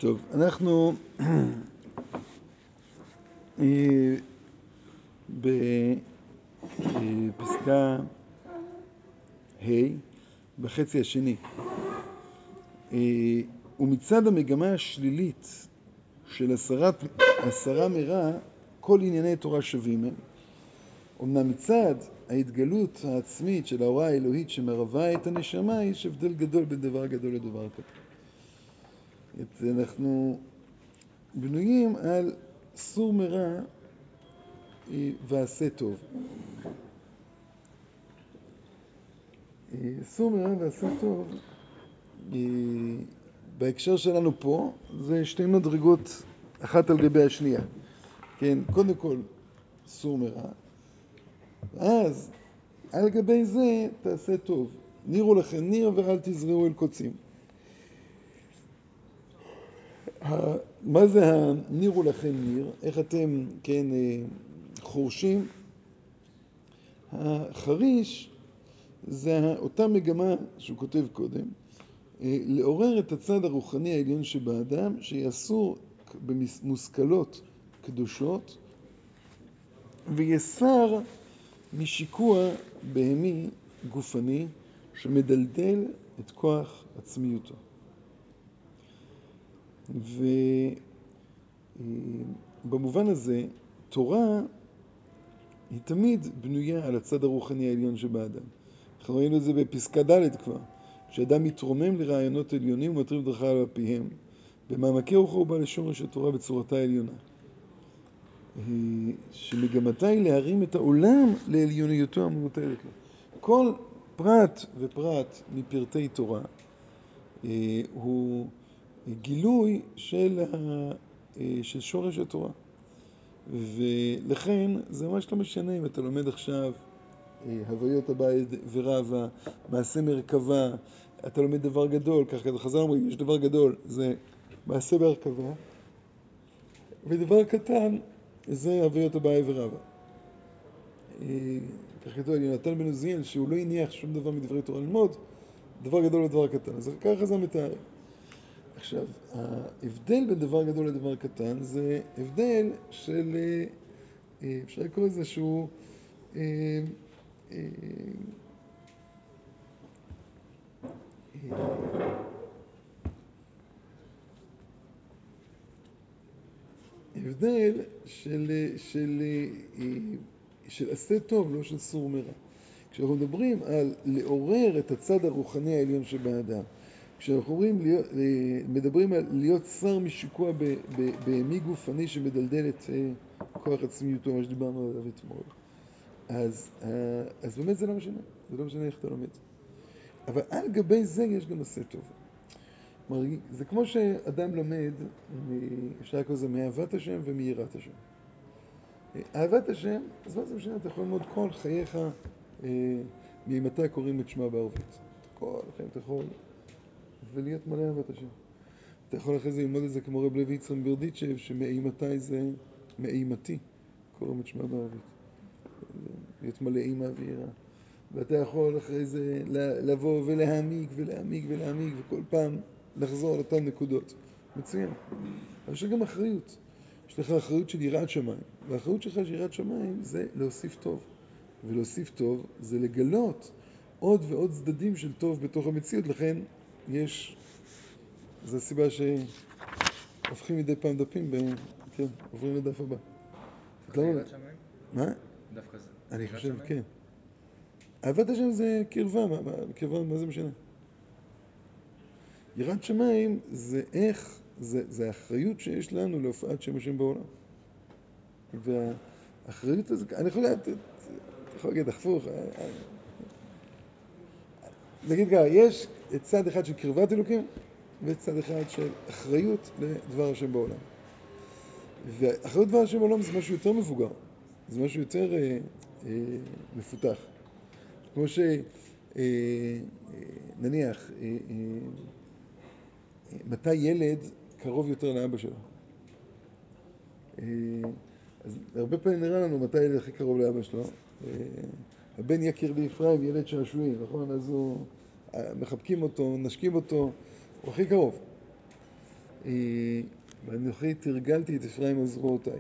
טוב, אנחנו בפסקה ה' בחצי השני. ומצד המגמה השלילית של הסרה מרע, כל ענייני תורה שווים הם. אמנם מצד ההתגלות העצמית של ההוראה האלוהית שמרווה את הנשמה, יש הבדל גדול בין דבר גדול לדבר קטן. אנחנו בנויים על סור מרע ועשה טוב. סור מרע ועשה טוב, בהקשר שלנו פה, זה שתי מדרגות אחת על גבי השנייה. כן, קודם כל סור מרע, אז על גבי זה תעשה טוב. נירו לכם ניר ואל תזרעו אל קוצים. מה זה הנירו לכם ניר? איך אתם, כן, חורשים? החריש זה אותה מגמה שהוא כותב קודם, לעורר את הצד הרוחני העליון שבאדם, שיעשו במושכלות קדושות, ויסר משיקוע בהמי גופני שמדלדל את כוח עצמיותו. ובמובן הזה, תורה היא תמיד בנויה על הצד הרוחני העליון שבאדם. אנחנו ראינו את זה בפסקה ד' כבר, שאדם מתרומם לרעיונות עליונים ומטרים דרכה על אפיהם. במעמקי רוחו הוא בא לשורש התורה בצורתה העליונה, שמגמתה היא להרים את העולם לעליוניותו המוטלת לו. כל פרט ופרט מפרטי תורה הוא גילוי של שורש התורה. ולכן זה ממש לא משנה אם אתה לומד עכשיו הוויות הבית ורבה, מעשה מרכבה, אתה לומד דבר גדול, ככה חז"ל אומרים, יש דבר גדול, זה מעשה מרכבה, ודבר קטן זה הוויות הבית ורבה. כך כתוב על יונתן בן עוזיאל, שהוא לא הניח שום דבר מדברי תורה ללמוד, דבר גדול לדבר קטן. אז ככה זה מתאר. עכשיו, ההבדל בין דבר גדול לדבר קטן זה הבדל של, אפשר לקרוא לזה שהוא הבדל של עשה טוב, לא של סור מרע. כשאנחנו מדברים על לעורר את הצד הרוחני העליון שבאדם, כשאנחנו מדברים על להיות שר משיקוע בהמי גופני שמדלדל את כוח עצמיותו, מה שדיברנו עליו אתמול, אז באמת זה לא משנה, זה לא משנה איך אתה לומד. אבל על גבי זה יש גם עשה טוב. זה כמו שאדם לומד, אפשר לקרוא לזה מאהבת השם ומיראת השם. אהבת השם, אז מה זה משנה? אתה יכול ללמוד כל חייך ממתי קוראים את שמה בערבית. כל חיים אתה יכול, ולהיות מלא אהבת השם. אתה יכול אחרי זה ללמוד את זה כמו רב לוי יצחק ברדיצ'ב, שמאימתי זה מאימתי, קוראים את שמה בערבית. להיות מלא אימא ויראה. ואתה יכול אחרי זה לבוא ולהעמיק ולהעמיק ולהעמיק, וכל פעם לחזור על אותן נקודות. מצוין. אבל יש גם אחריות. יש לך אחריות של יראת שמיים. והאחריות שלך של יראת שמיים זה להוסיף טוב. ולהוסיף טוב זה לגלות עוד ועוד צדדים של טוב בתוך המציאות. לכן יש, זו הסיבה שהופכים מדי פעם דפים, כן, עוברים לדף הבא. זה יראת שמיים? מה? דווקא זה. אני חושב, כן. אהבת השם זה קרבה, מה זה משנה? יראת שמיים זה איך, זה האחריות שיש לנו להופעת שם השם בעולם. והאחריות הזאת, אני יכול להגיד, הפוך. נגיד ככה, יש צד אחד של קרבת אלוקים, וצד אחד של אחריות לדבר השם בעולם. ואחריות דבר השם בעולם זה משהו יותר מבוגר, זה משהו יותר מפותח. כמו נניח, מתי ילד קרוב יותר לאבא שלו? אז הרבה פעמים נראה לנו מתי ילד הכי קרוב לאבא שלו. הבן יקיר לי אפרים, ילד שעשועים, נכון? אז מחבקים אותו, נשקים אותו, הוא הכי קרוב. ואנוכי תרגלתי את אפרים על זרועותיי.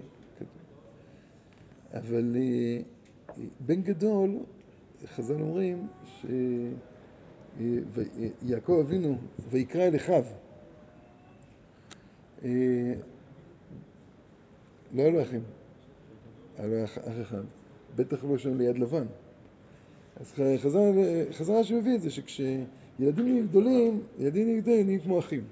אבל בן גדול, חז"ל אומרים שיעקב אבינו ויקרא אל אחיו. לא היה לו אחים, היה לו אח אחד, בטח לא שם ליד לבן. אז חז"ל שמביא את זה שכשילדים נהיים גדולים, ילדים נהיים כמו אחים.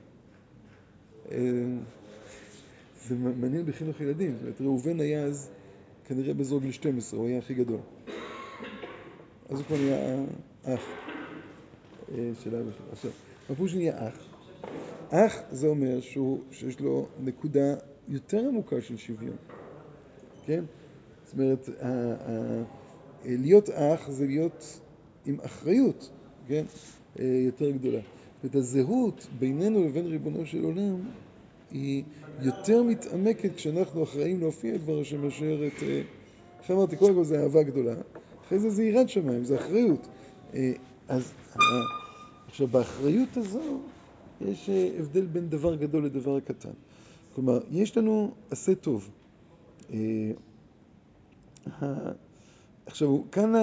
זה מעניין בחינוך ילדים. זאת אומרת, ראובן היה אז כנראה באזור גיל 12, הוא היה הכי גדול. אז הוא כבר נהיה אח של אבא שלו. עכשיו, מה פירוש נהיה אח? אח זה אומר שיש לו נקודה יותר עמוקה של שוויון. כן? זאת אומרת, להיות אח זה להיות עם אחריות, כן? יותר גדולה. ואת הזהות בינינו לבין ריבונו של עולם היא יותר מתעמקת כשאנחנו אחראים להופיע את דבר השם מאשר את... איך אמרתי, קודם כל זה אהבה גדולה, אחרי זה יראת שמיים, זה אחריות. אז עכשיו, באחריות הזו יש הבדל בין דבר גדול לדבר קטן. כלומר, יש לנו עשה טוב. עכשיו, כאן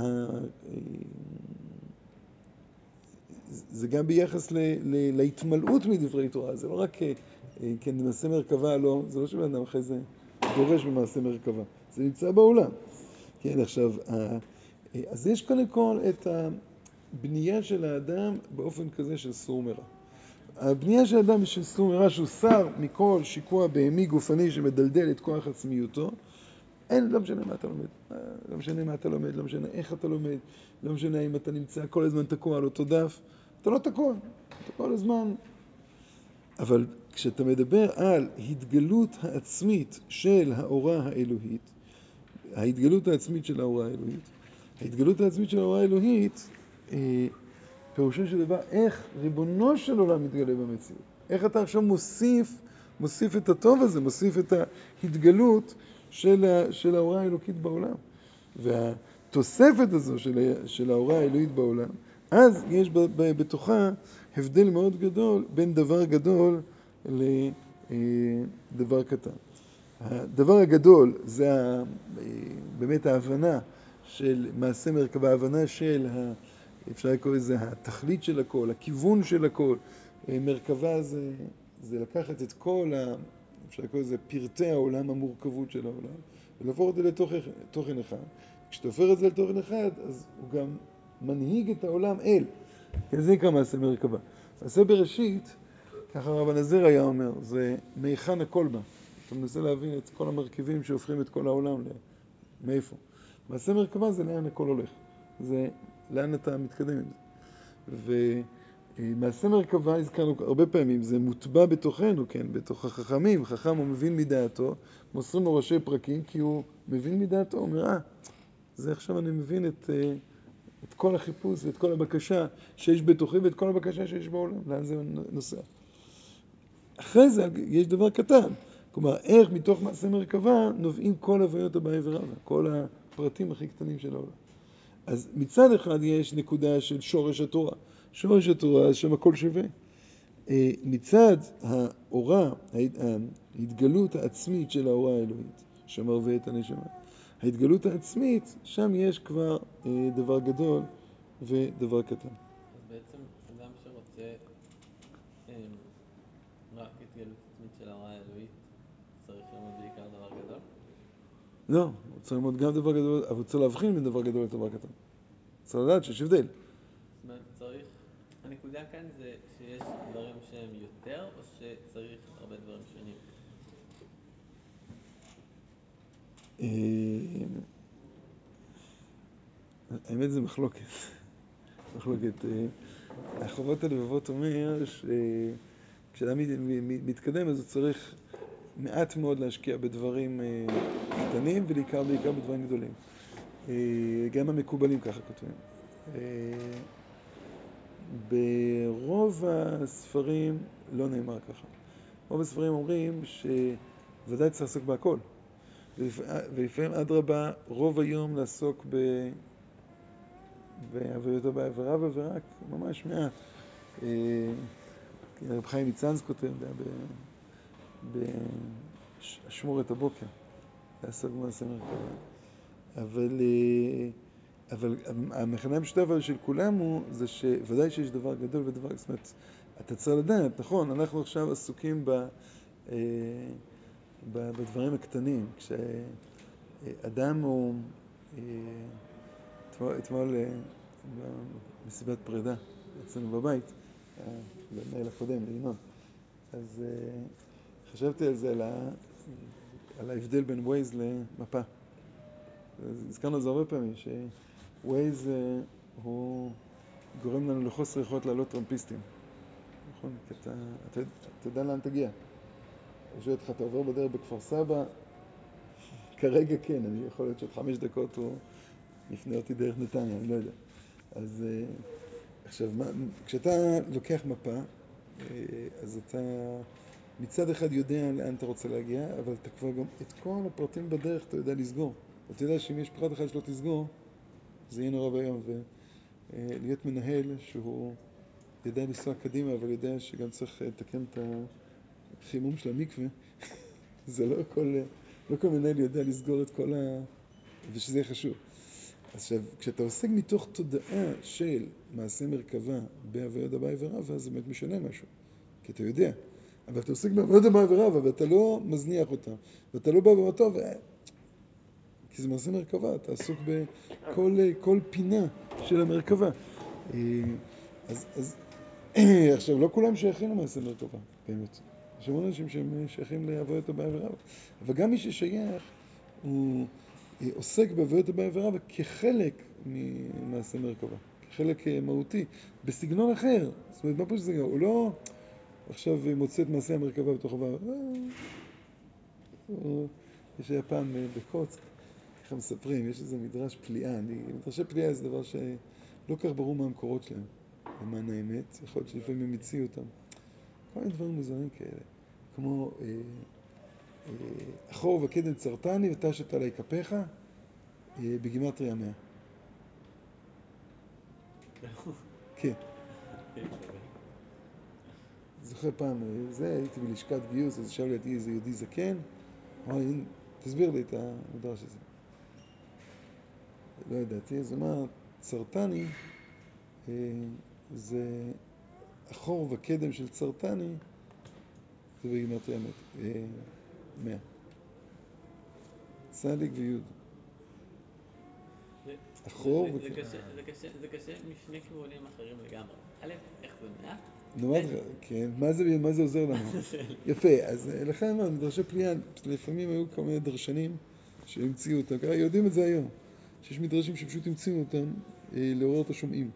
זה גם ביחס להתמלאות מדברי תורה, זה לא רק כן מעשה מרכבה, לא, זה לא שבן אדם אחרי זה דורש במעשה מרכבה, זה נמצא בעולם. כן, עכשיו, אז יש קודם כל את הבנייה של האדם באופן כזה של סור מרע. הבנייה של האדם של סור מרע שהוא שר מכל שיקוע בהמי גופני שמדלדל את כוח עצמיותו, לא משנה מה אתה לומד, לא משנה מה אתה לומד, לא משנה איך אתה לומד, לא משנה אם אתה נמצא כל הזמן תקוע על אותו דף, אתה לא תקוע, אתה כל הזמן. אבל כשאתה מדבר על התגלות העצמית של האורה האלוהית, ההתגלות העצמית של האורה האלוהית, ההתגלות העצמית של האורה האלוהית, פירושו של דבר, איך ריבונו של עולם מתגלה במציאות. איך אתה עכשיו מוסיף את הטוב הזה, מוסיף את ההתגלות של האורה האלוקית בעולם. והתוספת הזו של האורה האלוהית בעולם, אז יש בתוכה הבדל מאוד גדול בין דבר גדול לדבר קטן. הדבר הגדול זה באמת ההבנה של מעשה מרכבה, ההבנה של, אפשר לקרוא לזה, התכלית של הכל, הכיוון של הכל. מרכבה זה לקחת את כל, אפשר לקרוא לזה, פרטי העולם, המורכבות של העולם, ולהפוך את זה לתוכן אחד. כשאתה הופך את זה לתוכן אחד, אז הוא גם מנהיג את העולם אל. זה נקרא מעשה מרכבה. מעשה בראשית, ככה רב הנזיר היה אומר, זה מהיכן הכל בא. אתה מנסה להבין את כל המרכיבים שהופכים את כל העולם מאיפה. מעשה מרכבה זה לאן הכל הולך. זה לאן אתה מתקדם עם זה. ומעשה מרכבה, הזכרנו הרבה פעמים, זה מוטבע בתוכנו, כן, בתוך החכמים. חכם הוא מבין מדעתו, מוסרים לו ראשי פרקים, כי הוא מבין מדעתו, הוא אומר, זה עכשיו אני מבין את כל החיפוש ואת כל הבקשה שיש בתוכי ואת כל הבקשה שיש בעולם. לאן זה נוסע? אחרי זה יש דבר קטן. כלומר, איך מתוך מעשה מרכבה נובעים כל הוויות הבאי ורבא, כל הפרטים הכי קטנים של העולם. אז מצד אחד יש נקודה של שורש התורה. שורש התורה, שם הכל שווה. מצד האורה, ההתגלות העצמית של האורה האלוהית, שמרווה את הנשמה. ההתגלות העצמית, שם יש כבר דבר גדול ודבר קטן. אז בעצם אדם שרוצה רק התגלות עצמית של האורה האלוהית, צריך ללמוד בעיקר דבר גדול? לא, הוא צריך ללמוד גם דבר גדול, אבל הוא צריך להבחין בין דבר גדול לדבר קטן. צריך לדעת שיש הבדל. זאת אומרת, צריך... הנקודה כאן זה שיש דברים שהם יותר, או שצריך הרבה דברים שונים? האמת זה מחלוקת. החובות הלבבות אומר שכשאדם מתקדם אז הוא צריך מעט מאוד להשקיע בדברים קטנים ובעיקר בדברים גדולים. גם המקובלים ככה כותבים. ברוב הספרים לא נאמר ככה. רוב הספרים אומרים שוודאי צריך לעסוק בהכל. ולפעמים עד רבה רוב היום לעסוק בהוויות הבאי ורבא ורק ממש מעט רב חיים מצאנז כותב, באשמורת הבוקר, לעסוק במעשה מרכבה. אבל המכנה המשותף של כולם הוא, זה שוודאי שיש דבר גדול ודבר, זאת אומרת, אתה צריך לדעת, נכון, אנחנו עכשיו עסוקים בדברים הקטנים, כשאדם הוא, אתמול במסיבת פרידה, אצלנו בבית, במייל הקודם, לינון, אז חשבתי על זה, על ההבדל בין ווייז למפה. הזכרנו את זה הרבה פעמים, שווייז הוא גורם לנו לחוסר יכולת לעלות טרמפיסטים. נכון? כי אתה יודע לאן תגיע. הוא שואל אותך, אתה עובר בדרך בכפר סבא? כרגע כן, אני יכול להיות שעוד 5 דקות הוא יפנה אותי דרך נתניה, אני לא יודע. אז עכשיו, כשאתה לוקח מפה, אז אתה מצד אחד יודע לאן אתה רוצה להגיע, אבל אתה כבר גם את כל הפרטים בדרך אתה יודע לסגור. אתה יודע שאם יש פרט אחד שלא תסגור, זה יהיה נורא ביום. ולהיות מנהל שהוא יודע לנסוע קדימה, אבל יודע שגם צריך לתקן את החימום של המקווה, זה לא כל מנהל יודע לסגור את כל ושזה יהיה חשוב. עכשיו, כשאתה עוסק מתוך תודעה של מעשה מרכבה בעבודת הבאי ורבא, זה באמת משנה משהו, כי אתה יודע. אבל אתה עוסק בעבודת הבאי ורבא, ואתה לא מזניח אותם, ואתה לא בא במטוב, כי זה מעשה מרכבה, אתה עסוק בכל פינה של המרכבה. אז עכשיו, לא כולם שייכים למעשה מרכבה, באמת. יש המון אנשים שהם שייכים לעבודת הבאי ורבא. אבל גם מי ששייך, הוא עוסק בעבודת הבאי ורבא כחלק ממעשה מרכבה, כחלק מהותי, בסגנון אחר. זאת אומרת, מה פה שזה? הוא לא עכשיו מוצא את מעשה המרכבה בתוך הבאי. יש היה פעם בקוצק, ככה מספרים, יש איזה מדרש פליאה. מדרשי פליאה זה דבר שלא כך ברור מה המקורות שלהם, למען האמת. יכול להיות שלפעמים הם הציעו אותם. כל מיני דברים מוזרים כאלה, כמו אחור וקדם צרטני ותשת עלי כפיך, בגימטריה 100. כן. זוכר פעם, הייתי בלשכת גיוס, אז שאל לי איזה יהודי זקן, אמר לי, תסביר לי את המדרש הזה. לא ידעתי, אז אמר, צרטני, זה אחור וקדם של צרטני, זה בגימטריה 100. צדיק ויוד. אחור זה קשה משני כיוונים אחרים לגמרי. א', איך זה 100? כן, מה זה עוזר לנו? יפה, אז לכן אמר, מדרשי פליאה, לפעמים היו כל מיני דרשנים שהמציאו אותם, יודעים את זה היום, שיש מדרשים שפשוט המציאו אותם לעורר את השומעים.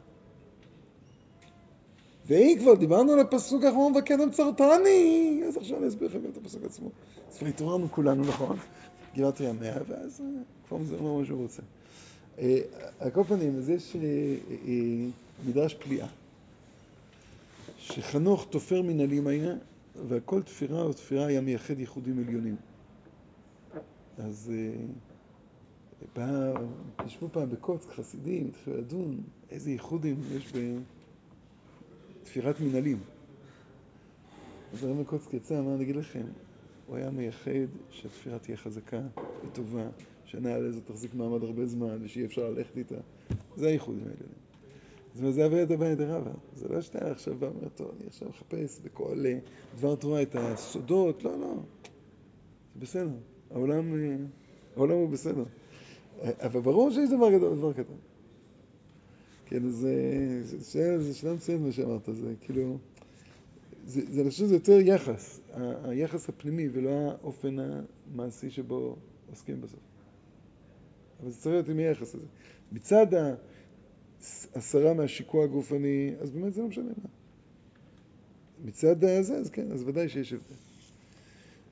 ואם כבר דיברנו על הפסוק האחרון וקדם צרטני, אז עכשיו אני אסביר לכם את הפסוק עצמו. אז כבר התעוררנו כולנו, נכון? גימטריה 100, ואז כבר זה אומר מה שהוא רוצה. על כל פנים, אז יש מדרש פליאה, שחנוך תופר מנהלים היה, והכל תפירה ותפירה היה מייחד ייחודים עליונים. אז ישבו פעם בקוצק חסידים, התחילו לדון איזה ייחודים יש בתפירת מנהלים. אז הרב מקוצק יצא, אמר, אני אגיד לכם, הוא היה מייחד שהתפירה תהיה חזקה וטובה, שהנעל הזאת תחזיק מעמד הרבה זמן ושיהיה אפשר ללכת איתה. זה הייחודים העליונים. זאת אומרת, זה עבודת הבאי ורבא. זה לא שאתה עכשיו בא ואומר, טוב, אני עכשיו מחפש בכל דבר תורה את הסודות. לא, לא. זה בסדר. העולם הוא בסדר. אבל ברור שיש דבר גדול, דבר קטן. כן, אז זה שאלה מצוינת מה שאמרת. זה כאילו, אני חושב שזה יותר יחס, היחס הפנימי, ולא האופן המעשי שבו עוסקים בסוף. אבל זה צריך להיות עם היחס הזה. מצד הסרה מהשיקוע הגופני, אז באמת זה לא משנה מה. מצד הזה, אז כן, אז ודאי שיש הבדל.